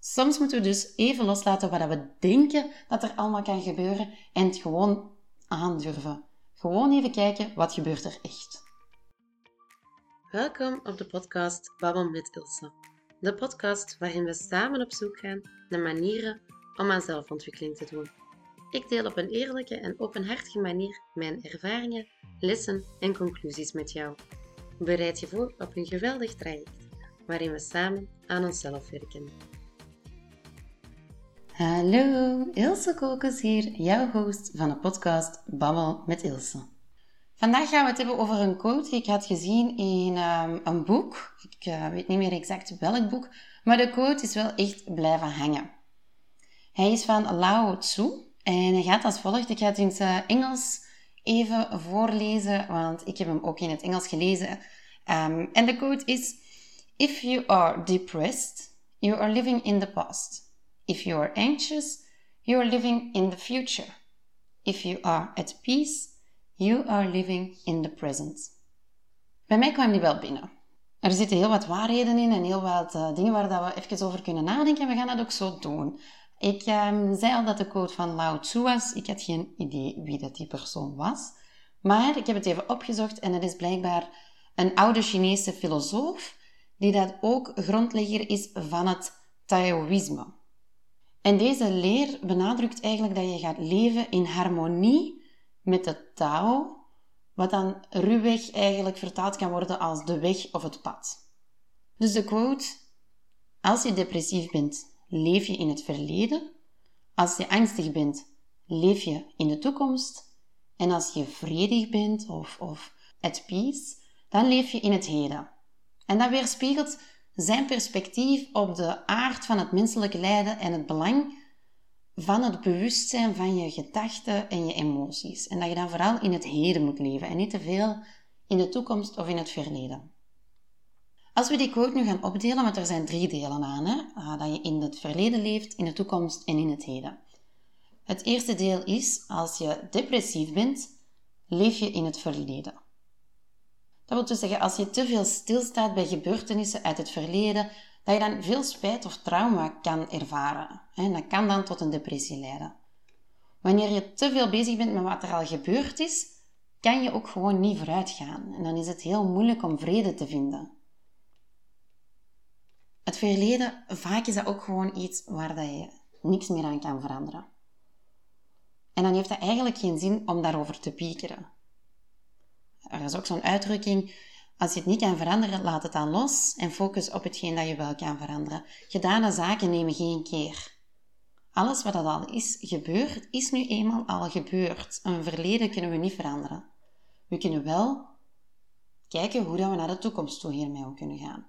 Soms moeten we dus even loslaten wat we denken dat er allemaal kan gebeuren en het gewoon aandurven. Gewoon even kijken, wat gebeurt er echt? Welkom op de podcast Babbel met Ilse. De podcast waarin we samen op zoek gaan naar manieren om aan zelfontwikkeling te doen. Ik deel op een eerlijke en openhartige manier mijn ervaringen, lessen en conclusies met jou. Bereid je voor op een geweldig traject waarin we samen aan onszelf werken. Hallo, Ilse Kokes hier, jouw host van de podcast Babbel met Ilse. Vandaag gaan we het hebben over een quote die ik had gezien in een boek. Ik weet niet meer exact welk boek, maar de quote is wel echt blijven hangen. Hij is van Lao Tzu en hij gaat als volgt. Ik ga het in het Engels even voorlezen, want ik heb hem ook in het Engels gelezen. En de quote is: If you are depressed, you are living in the past. If you are anxious, you are living in the future. If you are at peace, you are living in the present. Bij mij kwam die wel binnen. Er zitten heel wat waarheden in en heel wat dingen waar dat we even over kunnen nadenken. En we gaan dat ook zo doen. Ik zei al dat de quote van Lao Tzu was. Ik had geen idee wie dat die persoon was. Maar ik heb het even opgezocht en het is blijkbaar een oude Chinese filosoof die dat ook grondlegger is van het Taoïsme. En deze leer benadrukt eigenlijk dat je gaat leven in harmonie met het Tao, wat dan ruwweg eigenlijk vertaald kan worden als de weg of het pad. Dus de quote: als je depressief bent, leef je in het verleden. Als je angstig bent, leef je in de toekomst. En als je vredig bent of at peace, dan leef je in het heden. En dat weerspiegelt zijn perspectief op de aard van het menselijke lijden en het belang van het bewustzijn van je gedachten en je emoties. En dat je dan vooral in het heden moet leven en niet te veel in de toekomst of in het verleden. Als we die quote nu gaan opdelen, want er zijn 3 delen aan, dat je in het verleden leeft, in de toekomst en in het heden. Het eerste deel is, als je depressief bent, leef je in het verleden. Dat wil dus zeggen, als je te veel stilstaat bij gebeurtenissen uit het verleden, dat je dan veel spijt of trauma kan ervaren. En dat kan dan tot een depressie leiden. Wanneer je te veel bezig bent met wat er al gebeurd is, kan je ook gewoon niet vooruit gaan. En dan is het heel moeilijk om vrede te vinden. Het verleden, vaak is dat ook gewoon iets waar dat je niks meer aan kan veranderen. En dan heeft het eigenlijk geen zin om daarover te piekeren. Er is ook zo'n uitdrukking: als je het niet kan veranderen, laat het dan los en focus op hetgeen dat je wel kan veranderen. Gedane zaken nemen geen keer. Alles wat dat al is gebeurd, is nu eenmaal al gebeurd. Een verleden kunnen we niet veranderen. We kunnen wel kijken hoe dat we naar de toekomst toe hiermee om kunnen gaan.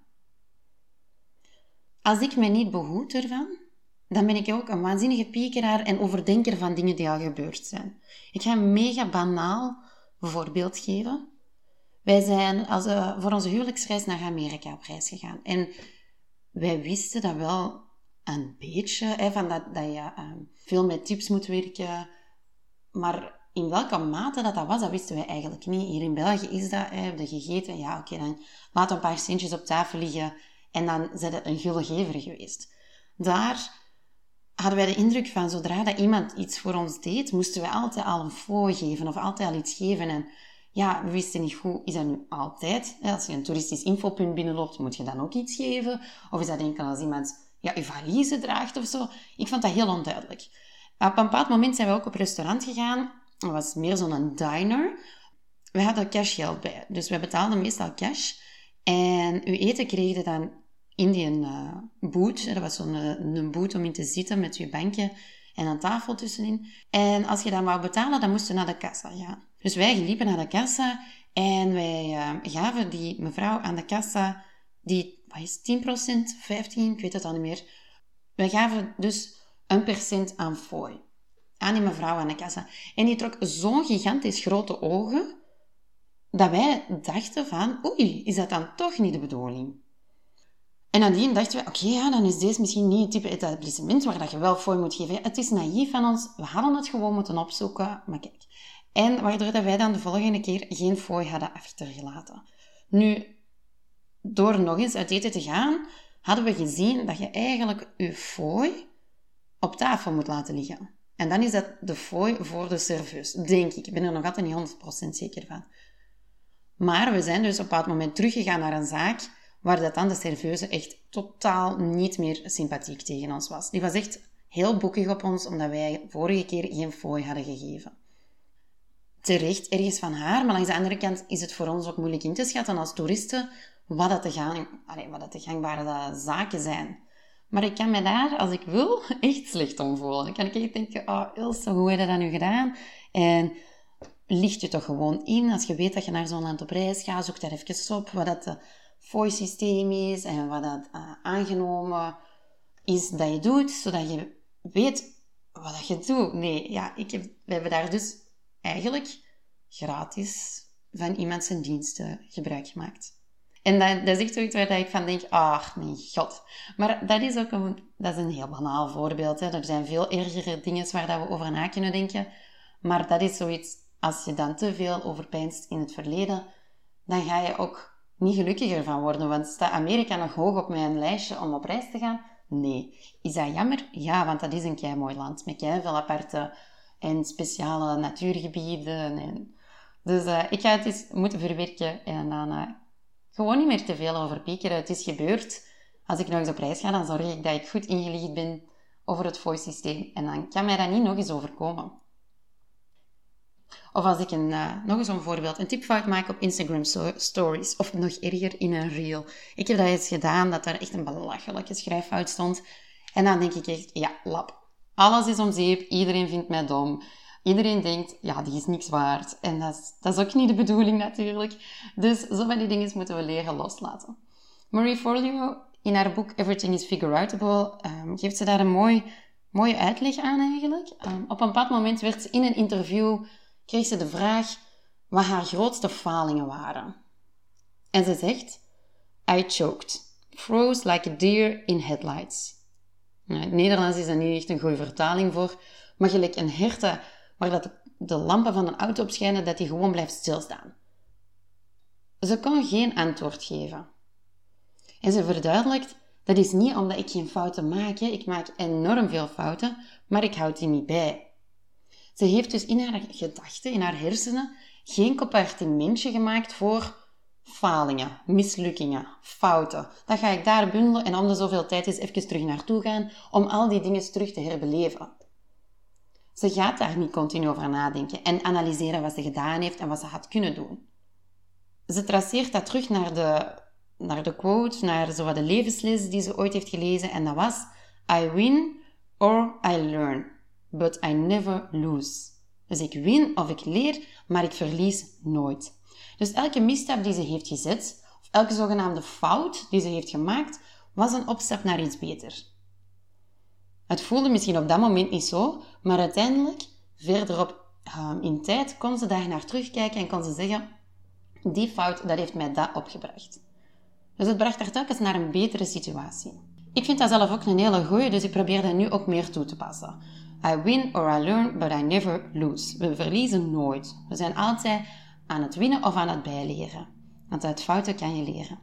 Als ik me niet behoed ervan, dan ben ik ook een waanzinnige piekeraar en overdenker van dingen die al gebeurd zijn. Ik ga een mega banaal voorbeeld geven. Wij zijn voor onze huwelijksreis naar Amerika op reis gegaan. En wij wisten dat wel een beetje, van dat je veel met tips moet werken. Maar in welke mate dat was, dat wisten wij eigenlijk niet. Hier in België is dat, heb je gegeten, ja oké, dan laat een paar centjes op tafel liggen en dan zijn het een gullegever geweest. Daar hadden wij de indruk van, zodra dat iemand iets voor ons deed, moesten we altijd al een fooi geven of altijd al iets geven. En ja, we wisten niet goed, is dat nu altijd? Als je een toeristisch infopunt binnenloopt, moet je dan ook iets geven? Of is dat enkel als iemand je valise draagt of zo? Ik vond dat heel onduidelijk. Op een bepaald moment zijn we ook op restaurant gegaan. Dat was meer zo'n diner. We hadden cashgeld bij, dus we betaalden meestal cash. En uw eten kreeg je dan in die boot. Dat was zo'n boot om in te zitten met je bankje en een tafel tussenin. En als je dan wou betalen, dan moest je naar de kassa gaan. Dus wij liepen naar de kassa en wij gaven die mevrouw aan de kassa, die, wat is 10%, 15%, ik weet het al niet meer. Wij gaven dus 1% aan fooi. Aan die mevrouw aan de kassa. En die trok zo'n gigantisch grote ogen, dat wij dachten van, oei, is dat dan toch niet de bedoeling? En nadien dachten we, oké, dan is deze misschien niet het type etablissement waar dat je wel fooi moet geven. Het is naïef van ons, we hadden het gewoon moeten opzoeken, maar kijk. En waardoor dat wij dan de volgende keer geen fooi hadden achtergelaten. Nu, door nog eens uit eten te gaan, hadden we gezien dat je eigenlijk je fooi op tafel moet laten liggen. En dan is dat de fooi voor de serveus, denk ik. Ik ben er nog altijd niet 100% zeker van. Maar we zijn dus op een bepaald moment teruggegaan naar een zaak waar dat dan de serveuse echt totaal niet meer sympathiek tegen ons was. Die was echt heel boekig op ons, omdat wij vorige keer geen fooi hadden gegeven. Terecht ergens van haar, maar langs de andere kant is het voor ons ook moeilijk in te schatten als toeristen wat dat de gangbare zaken zijn. Maar ik kan me daar, als ik wil, echt slecht om voelen. Dan kan ik echt denken, Ilse, hoe heb je dat nu gedaan? En licht je toch gewoon in. Als je weet dat je naar zo'n land op reis gaat, zoek daar even op wat dat fooi-systeem is en wat dat aangenomen is dat je doet, zodat je weet wat dat je doet. Nee, ja, we hebben daar dus eigenlijk gratis van iemand zijn diensten gebruik gemaakt. En dat is echt zoiets waar ik van denk, mijn god. Maar dat is ook een heel banaal voorbeeld. Hè. Er zijn veel ergere dingen waar dat we over na kunnen denken. Maar dat is zoiets, als je dan te veel overpeinst in het verleden, dan ga je ook niet gelukkiger van worden. Want staat Amerika nog hoog op mijn lijstje om op reis te gaan? Nee. Is dat jammer? Ja, want dat is een keimooi land. Met keiveel aparte en speciale natuurgebieden. Dus ik ga het eens moeten verwerken en dan gewoon niet meer te veel over piekeren. Het is gebeurd. Als ik nog eens op reis ga, dan zorg ik dat ik goed ingelicht ben over het fooi-systeem. En dan kan mij dat niet nog eens overkomen. Of als ik nog eens een voorbeeld, een tipfout maak op Instagram Stories. Of nog erger, in een reel. Ik heb dat eens gedaan, dat er echt een belachelijke schrijffout stond. En dan denk ik echt, ja, lap. Alles is om zeep, iedereen vindt mij dom. Iedereen denkt, ja, die is niks waard. En dat is ook niet de bedoeling natuurlijk. Dus zo van die dingen moeten we leren loslaten. Marie Forleo, in haar boek Everything is Figure-outable, geeft ze daar een mooie uitleg aan eigenlijk. Op een bepaald moment werd ze in een interview, kreeg ze de vraag wat haar grootste falingen waren. En ze zegt, I choked. Froze like a deer in headlights. Nou, in het Nederlands is dat niet echt een goede vertaling voor, maar gelijk een herte waar dat de lampen van een auto op schijnen, dat die gewoon blijft stilstaan. Ze kon geen antwoord geven. En ze verduidelijkt, dat is niet omdat ik geen fouten maak. Ik maak enorm veel fouten, maar ik houd die niet bij. Ze heeft dus in haar gedachten, in haar hersenen, geen compartimentje gemaakt voor falingen, mislukkingen, fouten. Dat ga ik daar bundelen en om de zoveel tijd eens even terug naartoe gaan om al die dingen terug te herbeleven. Ze gaat daar niet continu over nadenken en analyseren wat ze gedaan heeft en wat ze had kunnen doen. Ze traceert dat terug naar de quote, naar zo wat de levensles die ze ooit heeft gelezen en dat was I win or I learn, but I never lose. Dus ik win of ik leer, maar ik verlies nooit. Dus elke misstap die ze heeft gezet, of elke zogenaamde fout die ze heeft gemaakt, was een opstap naar iets beter. Het voelde misschien op dat moment niet zo, maar uiteindelijk, verderop in tijd, kon ze daar naar terugkijken en kon ze zeggen, die fout, dat heeft mij dat opgebracht. Dus het bracht haar telkens naar een betere situatie. Ik vind dat zelf ook een hele goeie, dus ik probeer dat nu ook meer toe te passen. I win or I learn, but I never lose. We verliezen nooit. We zijn altijd aan het winnen of aan het bijleren. Want uit fouten kan je leren.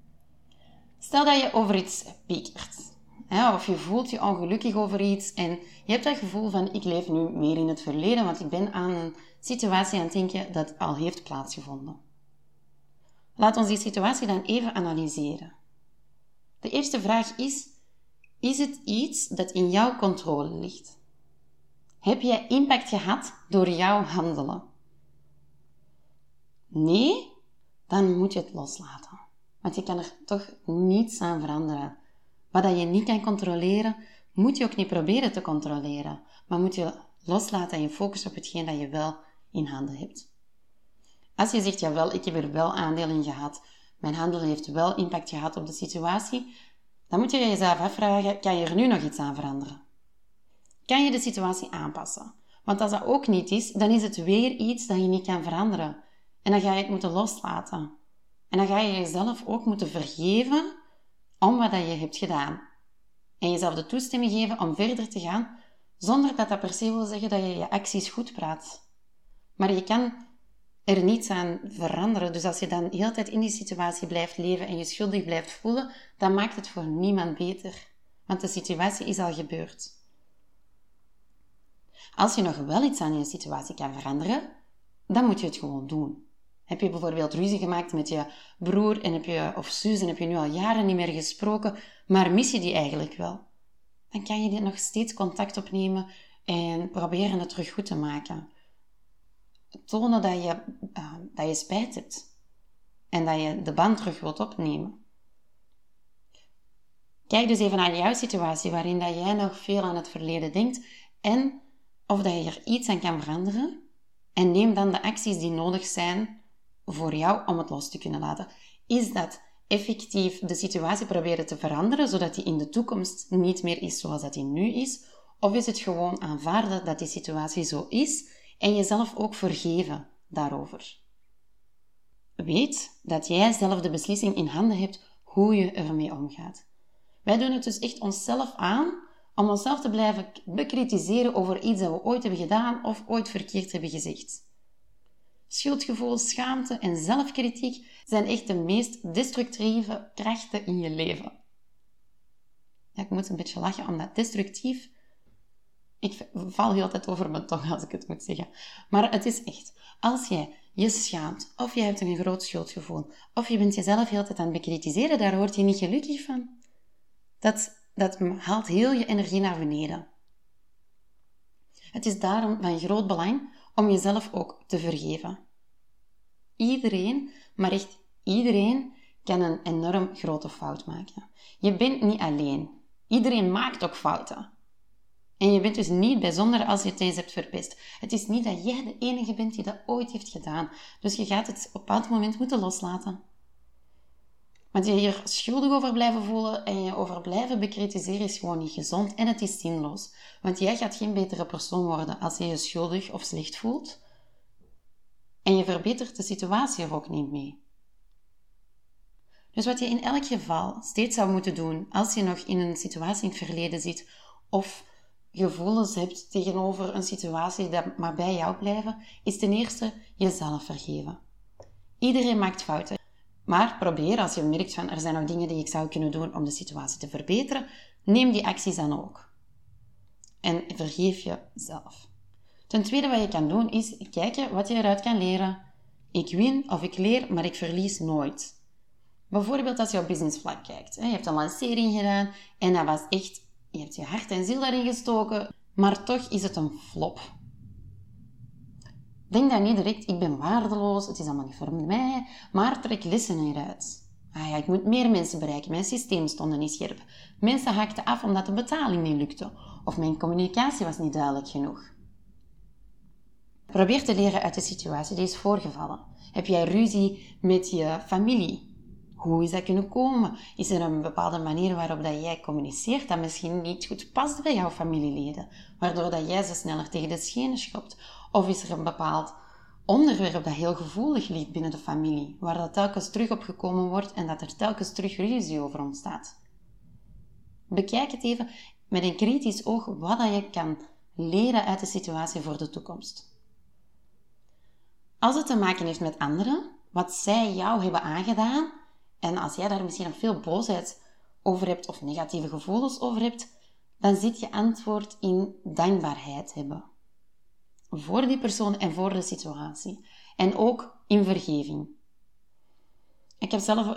Stel dat je over iets piekert. Of je voelt je ongelukkig over iets en je hebt dat gevoel van ik leef nu meer in het verleden, want ik ben aan een situatie aan het denken dat al heeft plaatsgevonden. Laat ons die situatie dan even analyseren. De eerste vraag is het iets dat in jouw controle ligt? Heb jij impact gehad door jouw handelen? Nee? Dan moet je het loslaten. Want je kan er toch niets aan veranderen. Wat je niet kan controleren, moet je ook niet proberen te controleren. Maar moet je loslaten en je focussen op hetgeen dat je wel in handen hebt. Als je zegt, jawel, ik heb er wel aandeel in gehad, mijn handelen heeft wel impact gehad op de situatie, dan moet je jezelf afvragen, kan je er nu nog iets aan veranderen? Kan je de situatie aanpassen? Want als dat ook niet is, dan is het weer iets dat je niet kan veranderen. En dan ga je het moeten loslaten. En dan ga je jezelf ook moeten vergeven om wat je hebt gedaan. En jezelf de toestemming geven om verder te gaan, zonder dat dat per se wil zeggen dat je je acties goed praat. Maar je kan er niets aan veranderen. Dus als je dan de hele tijd in die situatie blijft leven en je schuldig blijft voelen, dan maakt het voor niemand beter. Want de situatie is al gebeurd. Als je nog wel iets aan je situatie kan veranderen, dan moet je het gewoon doen. Heb je bijvoorbeeld ruzie gemaakt met je broer of zus en heb je nu al jaren niet meer gesproken, maar mis je die eigenlijk wel? Dan kan je nog steeds contact opnemen en proberen het terug goed te maken. Tonen dat je spijt hebt en dat je de band terug wilt opnemen. Kijk dus even naar jouw situatie waarin dat jij nog veel aan het verleden denkt en of dat je er iets aan kan veranderen en neem dan de acties die nodig zijn voor jou om het los te kunnen laten. Is dat effectief de situatie proberen te veranderen zodat die in de toekomst niet meer is zoals dat die nu is? Of is het gewoon aanvaarden dat die situatie zo is en jezelf ook vergeven daarover? Weet dat jij zelf de beslissing in handen hebt hoe je ermee omgaat. Wij doen het dus echt onszelf aan om onszelf te blijven bekritiseren over iets dat we ooit hebben gedaan of ooit verkeerd hebben gezegd. Schuldgevoel, schaamte en zelfkritiek zijn echt de meest destructieve krachten in je leven. Ja, ik moet een beetje lachen, omdat destructief... Ik val heel tijd over mijn tong als ik het moet zeggen. Maar het is echt, als jij je schaamt, of je hebt een groot schuldgevoel, of je bent jezelf heel tijd aan het bekritiseren, daar word je niet gelukkig van. Dat haalt heel je energie naar beneden. Het is daarom van groot belang om jezelf ook te vergeven. Iedereen, maar echt iedereen, kan een enorm grote fout maken. Je bent niet alleen. Iedereen maakt ook fouten. En je bent dus niet bijzonder als je het eens hebt verpest. Het is niet dat jij de enige bent die dat ooit heeft gedaan. Dus je gaat het op een bepaald moment moeten loslaten. Want je hier schuldig over blijven voelen en je over blijven bekritiseren is gewoon niet gezond en het is zinloos. Want jij gaat geen betere persoon worden als je je schuldig of slecht voelt. En je verbetert de situatie er ook niet mee. Dus wat je in elk geval steeds zou moeten doen als je nog in een situatie in het verleden zit of gevoelens hebt tegenover een situatie dat maar bij jou blijven, is ten eerste jezelf vergeven. Iedereen maakt fouten. Maar probeer, als je merkt van er zijn nog dingen die ik zou kunnen doen om de situatie te verbeteren, neem die acties dan ook. En vergeef jezelf. Ten tweede wat je kan doen is kijken wat je eruit kan leren. Ik win of ik leer, maar ik verlies nooit. Bijvoorbeeld als je op businessvlak kijkt. Je hebt een lancering gedaan en dat was echt, je hebt je hart en ziel daarin gestoken, maar toch is het een flop. Denk dan niet direct, ik ben waardeloos, het is allemaal niet voor mij, maar trek lessen hieruit. Ik moet meer mensen bereiken, mijn systeem stond niet scherp. Mensen haakten af omdat de betaling niet lukte, of mijn communicatie was niet duidelijk genoeg. Probeer te leren uit de situatie die is voorgevallen. Heb jij ruzie met je familie? Hoe is dat kunnen komen? Is er een bepaalde manier waarop dat jij communiceert dat misschien niet goed past bij jouw familieleden, waardoor dat jij ze sneller tegen de schenen schopt? Of is er een bepaald onderwerp dat heel gevoelig ligt binnen de familie, waar dat telkens terug opgekomen wordt en dat er telkens terug ruzie over ontstaat? Bekijk het even met een kritisch oog wat dat je kan leren uit de situatie voor de toekomst. Als het te maken heeft met anderen, wat zij jou hebben aangedaan, en als jij daar misschien veel boosheid over hebt of negatieve gevoelens over hebt, dan zit je antwoord in dankbaarheid hebben. Voor die persoon en voor de situatie. En ook in vergeving. Ik heb zelf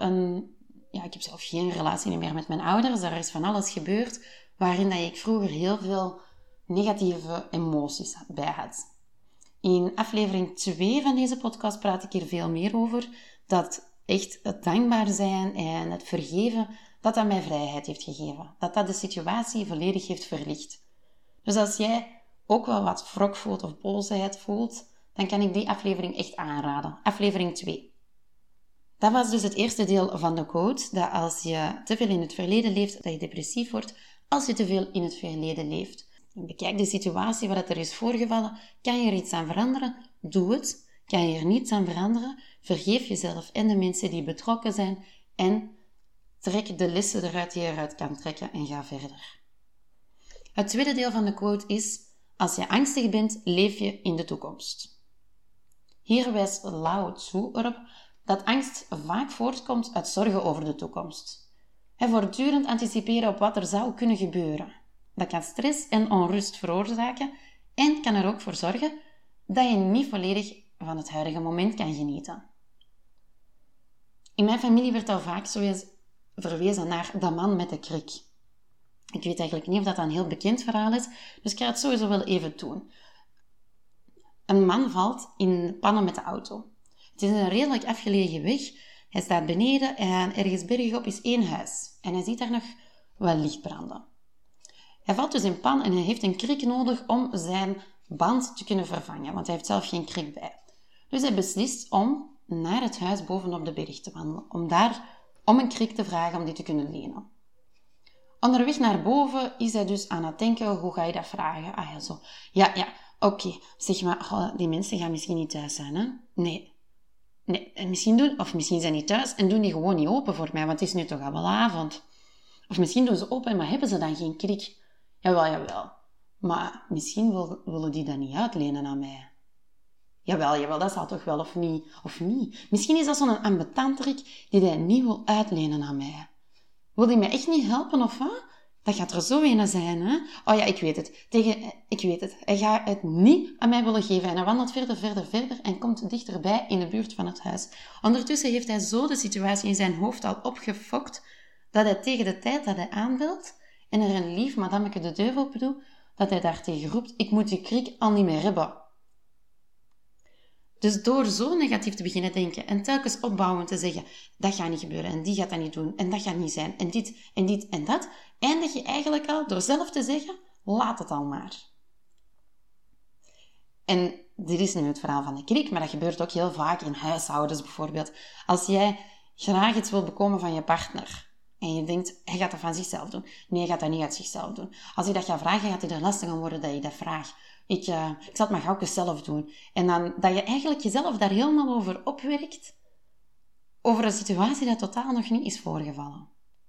geen relatie meer met mijn ouders. Er is van alles gebeurd waarin dat ik vroeger heel veel negatieve emoties bij had. In aflevering 2 van deze podcast praat ik hier veel meer over. Dat echt het dankbaar zijn en het vergeven, dat mij vrijheid heeft gegeven. Dat de situatie volledig heeft verlicht. Dus als jij ook wel wat wrok voelt of boosheid voelt, dan kan ik die aflevering echt aanraden. Aflevering 2. Dat was dus het eerste deel van de quote, dat als je te veel in het verleden leeft, dat je depressief wordt. Als je te veel in het verleden leeft. Bekijk de situatie waar het er is voorgevallen. Kan je er iets aan veranderen? Doe het. Kan je er niets aan veranderen? Vergeef jezelf en de mensen die betrokken zijn en trek de lessen eruit die je eruit kan trekken en ga verder. Het tweede deel van de quote is: als je angstig bent, leef je in de toekomst. Hier wijst Lao Tzu erop dat angst vaak voortkomt uit zorgen over de toekomst. Voortdurend anticiperen op wat er zou kunnen gebeuren. Dat kan stress en onrust veroorzaken en kan er ook voor zorgen dat je niet volledig van het huidige moment kan genieten. In mijn familie werd al vaak zo eens verwezen naar de man met de krik. Ik weet eigenlijk niet of dat een heel bekend verhaal is, dus ik ga het sowieso wel even doen. Een man valt in pannen met de auto. Het is een redelijk afgelegen weg. Hij staat beneden en ergens bergop is 1 huis. En hij ziet daar nog wel licht branden. Hij valt dus in pan en hij heeft een krik nodig om zijn band te kunnen vervangen, want hij heeft zelf geen krik bij. Dus hij beslist om naar het huis bovenop de berg te wandelen, om een krik te vragen om die te kunnen lenen. Onderweg naar boven is hij dus aan het denken, hoe ga je dat vragen? Ah ja, zo. Ja, oké. Zeg maar, die mensen gaan misschien niet thuis zijn, hè? Nee, misschien zijn die niet thuis en doen die gewoon niet open voor mij, want het is nu toch al wel avond. Of misschien doen ze open, maar hebben ze dan geen krik? Jawel. Maar misschien willen die dat niet uitlenen aan mij. Jawel, dat zal toch wel, of niet. Misschien is dat zo'n ambetanterik die hij niet wil uitlenen aan mij. Wil die mij echt niet helpen, of wat? Dat gaat er zo een zijn, hè? Oh ja, ik weet het. Hij gaat het niet aan mij willen geven. En hij wandelt verder en komt dichterbij in de buurt van het huis. Ondertussen heeft hij zo de situatie in zijn hoofd al opgefokt, dat hij tegen de tijd dat hij aanbelt en er een lief madameke de deur open doet, dat hij daar tegen roept, ik moet die krik al niet meer hebben. Dus door zo negatief te beginnen denken en telkens opbouwend te zeggen, dat gaat niet gebeuren en die gaat dat niet doen en dat gaat niet zijn en dit en dat, eindig je eigenlijk al door zelf te zeggen, laat het al maar. En dit is nu het verhaal van de krik, maar dat gebeurt ook heel vaak in huishoudens bijvoorbeeld. Als jij graag iets wil bekomen van je partner en je denkt, hij gaat dat van zichzelf doen. Nee, hij gaat dat niet uit zichzelf doen. Als hij dat gaat vragen, gaat hij er lastig aan worden dat je dat vraagt. Ik zal het maar gauw zelf doen. En dan dat je eigenlijk jezelf daar helemaal over opwerkt, over een situatie dat totaal nog niet is voorgevallen.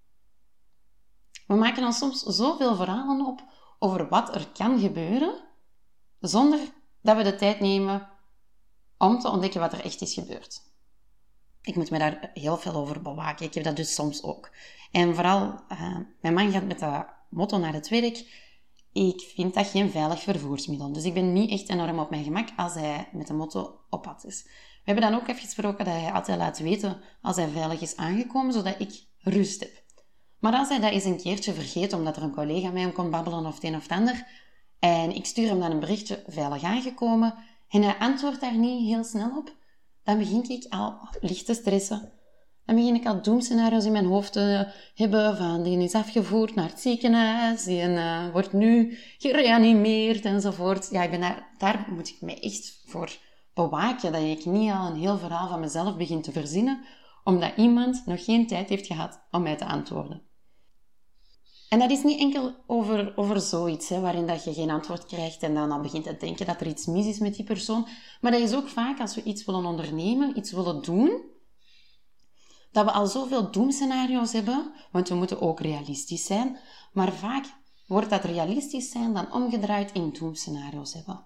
We maken ons soms zoveel verhalen op over wat er kan gebeuren, zonder dat we de tijd nemen om te ontdekken wat er echt is gebeurd. Ik moet me daar heel veel over bewaken. Ik heb dat dus soms ook. En vooral, mijn man gaat met de motto naar het werk. Ik vind dat geen veilig vervoersmiddel. Dus ik ben niet echt enorm op mijn gemak als hij met de motto op pad is. We hebben dan ook afgesproken dat hij altijd laat weten als hij veilig is aangekomen, zodat ik rust heb. Maar als hij dat eens een keertje vergeet, omdat er een collega mij hem kon babbelen of het een of het ander, en ik stuur hem dan een berichtje veilig aangekomen, en hij antwoordt daar niet heel snel op, dan begin ik al licht te stressen. Dan begin ik al doemscenario's in mijn hoofd te hebben van die is afgevoerd naar het ziekenhuis, die wordt nu gereanimeerd enzovoort. Ja, daar moet ik me echt voor bewaken, dat ik niet al een heel verhaal van mezelf begin te verzinnen, omdat iemand nog geen tijd heeft gehad om mij te antwoorden. En dat is niet enkel over zoiets, waarin dat je geen antwoord krijgt en dan al begint te denken dat er iets mis is met die persoon. Maar dat is ook vaak als we iets willen ondernemen, iets willen doen, dat we al zoveel doemscenario's hebben, want we moeten ook realistisch zijn, maar vaak wordt dat realistisch zijn dan omgedraaid in doemscenario's hebben.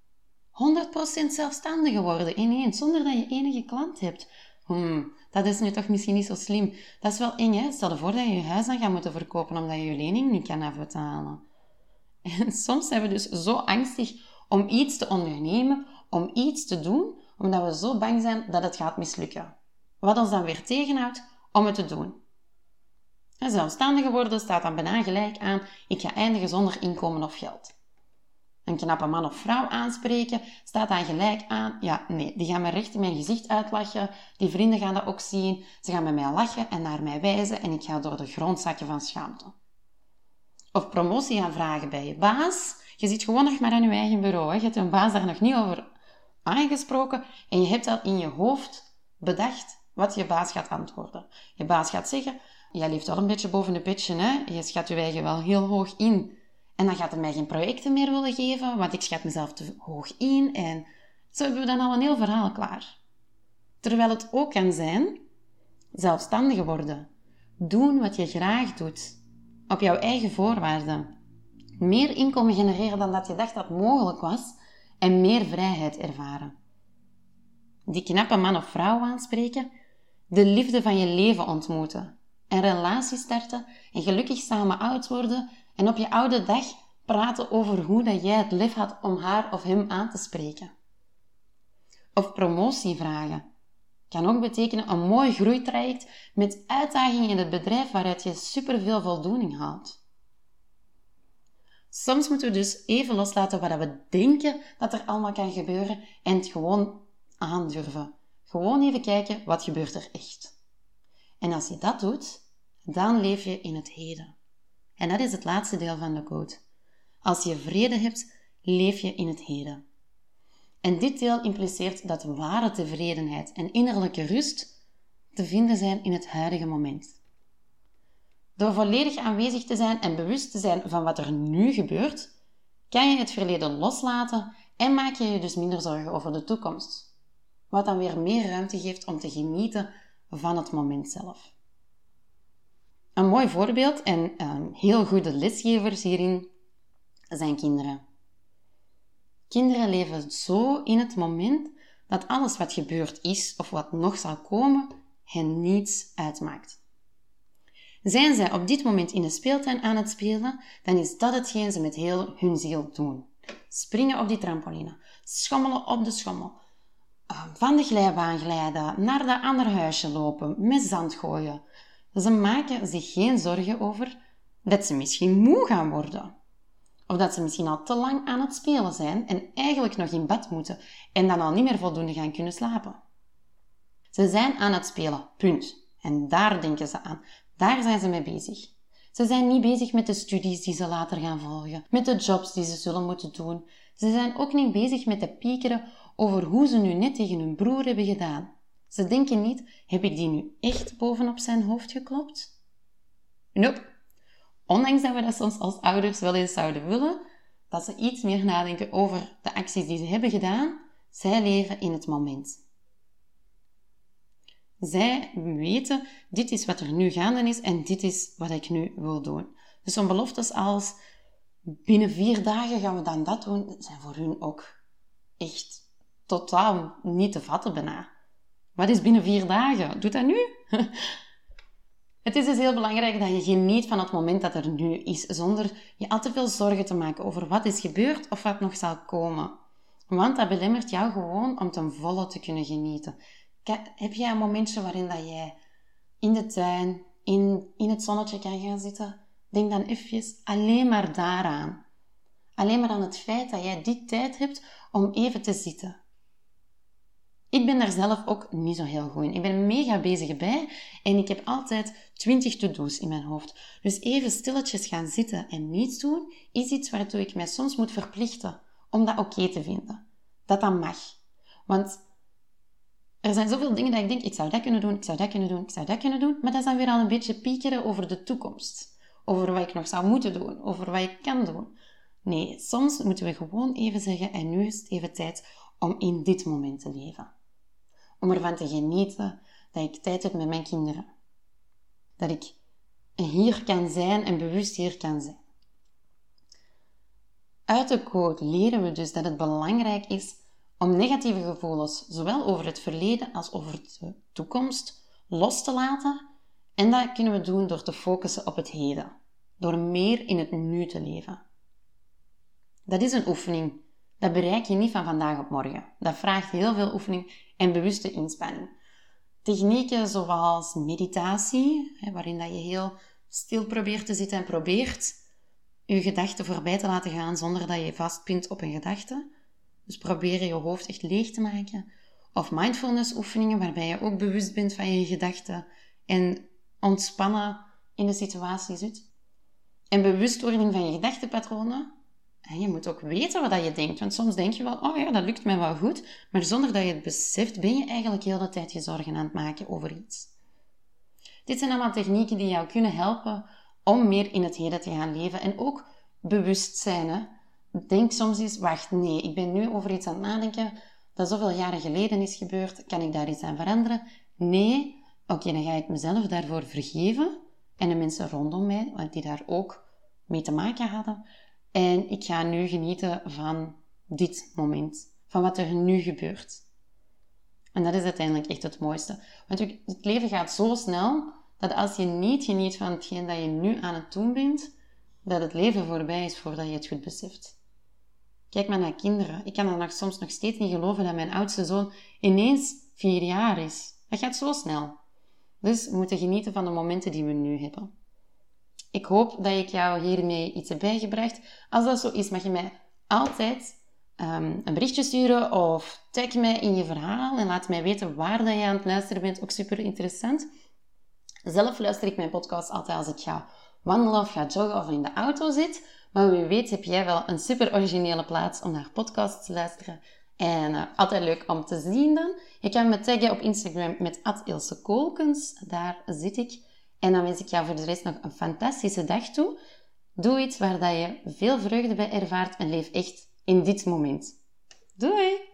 100% zelfstandig worden ineens, zonder dat je enige klant hebt. Dat is nu toch misschien niet zo slim. Dat is wel eng, hè? Stel je voor dat je je huis dan gaat moeten verkopen omdat je je lening niet kan afbetalen. En soms zijn we dus zo angstig om iets te ondernemen, om iets te doen, omdat we zo bang zijn dat het gaat mislukken. Wat ons dan weer tegenhoudt om het te doen. En zelfstandig worden staat dan bijna gelijk aan, ik ga eindigen zonder inkomen of geld. Een knappe man of vrouw aanspreken staat dan gelijk aan, ja, nee, die gaan me recht in mijn gezicht uitlachen, die vrienden gaan dat ook zien, ze gaan met mij lachen en naar mij wijzen en ik ga door de grond zakken van schaamte. Of promotie gaan vragen bij je baas, je zit gewoon nog maar aan je eigen bureau, hè. Je hebt een baas daar nog niet over aangesproken en je hebt al in je hoofd bedacht wat je baas gaat antwoorden. Je baas gaat zeggen, jij leeft wel een beetje boven de petje, hè? Je schat je eigen wel heel hoog in. En dan gaat hij mij geen projecten meer willen geven, want ik schat mezelf te hoog in. En zo hebben we dan al een heel verhaal klaar. Terwijl het ook kan zijn, zelfstandig worden. Doen wat je graag doet. Op jouw eigen voorwaarden. Meer inkomen genereren dan dat je dacht dat mogelijk was. En meer vrijheid ervaren. die knappe man of vrouw aanspreken, de liefde van je leven ontmoeten, een relatie starten en gelukkig samen oud worden en op je oude dag praten over hoe dat jij het lef had om haar of hem aan te spreken. Of promotie vragen. Kan ook betekenen een mooi groeitraject met uitdagingen in het bedrijf waaruit je superveel voldoening haalt. Soms moeten we dus even loslaten wat we denken dat er allemaal kan gebeuren en het gewoon aandurven. Gewoon even kijken, wat gebeurt er echt? En als je dat doet, dan leef je in het heden. En dat is het laatste deel van de quote. Als je vrede hebt, leef je in het heden. En dit deel impliceert dat ware tevredenheid en innerlijke rust te vinden zijn in het huidige moment. Door volledig aanwezig te zijn en bewust te zijn van wat er nu gebeurt, kan je het verleden loslaten en maak je je dus minder zorgen over de toekomst. Wat dan weer meer ruimte geeft om te genieten van het moment zelf. Een mooi voorbeeld en heel goede lesgevers hierin zijn kinderen. Kinderen leven zo in het moment dat alles wat gebeurd is of wat nog zal komen, hen niets uitmaakt. Zijn zij op dit moment in de speeltuin aan het spelen, dan is dat hetgeen ze met heel hun ziel doen. Springen op die trampoline, schommelen op de schommel, van de glijbaan glijden, naar dat andere huisje lopen, met zand gooien. Ze maken zich geen zorgen over dat ze misschien moe gaan worden. Of dat ze misschien al te lang aan het spelen zijn en eigenlijk nog in bed moeten en dan al niet meer voldoende gaan kunnen slapen. Ze zijn aan het spelen, punt. En daar denken ze aan. Daar zijn ze mee bezig. Ze zijn niet bezig met de studies die ze later gaan volgen, met de jobs die ze zullen moeten doen. Ze zijn ook niet bezig met te piekeren over hoe ze nu net tegen hun broer hebben gedaan. Ze denken niet, heb ik die nu echt bovenop zijn hoofd geklopt? Nope. Ondanks dat we dat soms als ouders wel eens zouden willen, dat ze iets meer nadenken over de acties die ze hebben gedaan, zij leven in het moment. Zij weten, dit is wat er nu gaande is en dit is wat ik nu wil doen. Dus zo'n beloftes als, binnen 4 dagen gaan we dan dat doen, zijn voor hun ook echt totaal niet te vatten bijna. Wat is binnen 4 dagen? Doe dat nu? Het is dus heel belangrijk dat je geniet van het moment dat er nu is, zonder je al te veel zorgen te maken over wat is gebeurd of wat nog zal komen. Want dat belemmert jou gewoon om ten volle te kunnen genieten. Heb jij een momentje waarin dat jij in de tuin, in het zonnetje kan gaan zitten? Denk dan even alleen maar daaraan. Alleen maar aan het feit dat jij die tijd hebt om even te zitten. Ik ben daar zelf ook niet zo heel goed in. Ik ben mega bezig bij en ik heb altijd 20 to-do's in mijn hoofd. Dus even stilletjes gaan zitten en niets doen, is iets waartoe ik mij soms moet verplichten om dat oké te vinden. Dat mag. Want er zijn zoveel dingen dat ik denk, ik zou dat kunnen doen, ik zou dat kunnen doen, ik zou dat kunnen doen, maar dat is dan weer al een beetje piekeren over de toekomst. Over wat ik nog zou moeten doen, over wat ik kan doen. Nee, soms moeten we gewoon even zeggen, en nu is het even tijd om in dit moment te leven. Om ervan te genieten dat ik tijd heb met mijn kinderen. Dat ik hier kan zijn en bewust hier kan zijn. Uit de quote leren we dus dat het belangrijk is om negatieve gevoelens, zowel over het verleden als over de toekomst, los te laten. En dat kunnen we doen door te focussen op het heden. Door meer in het nu te leven. Dat is een oefening. Dat bereik je niet van vandaag op morgen. Dat vraagt heel veel oefening en bewuste inspanning. Technieken zoals meditatie, waarin dat je heel stil probeert te zitten en probeert je gedachten voorbij te laten gaan zonder dat je vastpint op een gedachte. Dus probeer je hoofd echt leeg te maken. Of mindfulness oefeningen waarbij je ook bewust bent van je gedachten en ontspannen in de situatie zit. En bewustwording van je gedachtenpatronen. En je moet ook weten wat je denkt, want soms denk je wel, oh ja, dat lukt mij wel goed, maar zonder dat je het beseft, ben je eigenlijk heel de tijd je zorgen aan het maken over iets. Dit zijn allemaal technieken die jou kunnen helpen om meer in het heden te gaan leven en ook bewustzijn. Hè? Denk soms eens, wacht, nee, ik ben nu over iets aan het nadenken dat zoveel jaren geleden is gebeurd, kan ik daar iets aan veranderen? Nee, oké, dan ga ik mezelf daarvoor vergeven en de mensen rondom mij, want die daar ook mee te maken hadden. En ik ga nu genieten van dit moment, van wat er nu gebeurt. En dat is uiteindelijk echt het mooiste. Want het leven gaat zo snel, dat als je niet geniet van hetgeen dat je nu aan het doen bent, dat het leven voorbij is voordat je het goed beseft. Kijk maar naar kinderen. Ik kan er soms nog steeds niet geloven dat mijn oudste zoon ineens 4 jaar is. Dat gaat zo snel. Dus we moeten genieten van de momenten die we nu hebben. Ik hoop dat ik jou hiermee iets heb bijgebracht. Als dat zo is, mag je mij altijd een berichtje sturen of tag mij in je verhaal en laat mij weten waar dat je aan het luisteren bent. Ook super interessant. Zelf luister ik mijn podcast altijd als ik ga wandelen of ga joggen of in de auto zit. Maar wie weet heb jij wel een super originele plaats om naar podcasts te luisteren. En altijd leuk om te zien dan. Je kan me taggen op Instagram met @ilsekolkens. Daar zit ik. En dan wens ik jou voor de rest nog een fantastische dag toe. Doe iets waar dat je veel vreugde bij ervaart en leef echt in dit moment. Doei!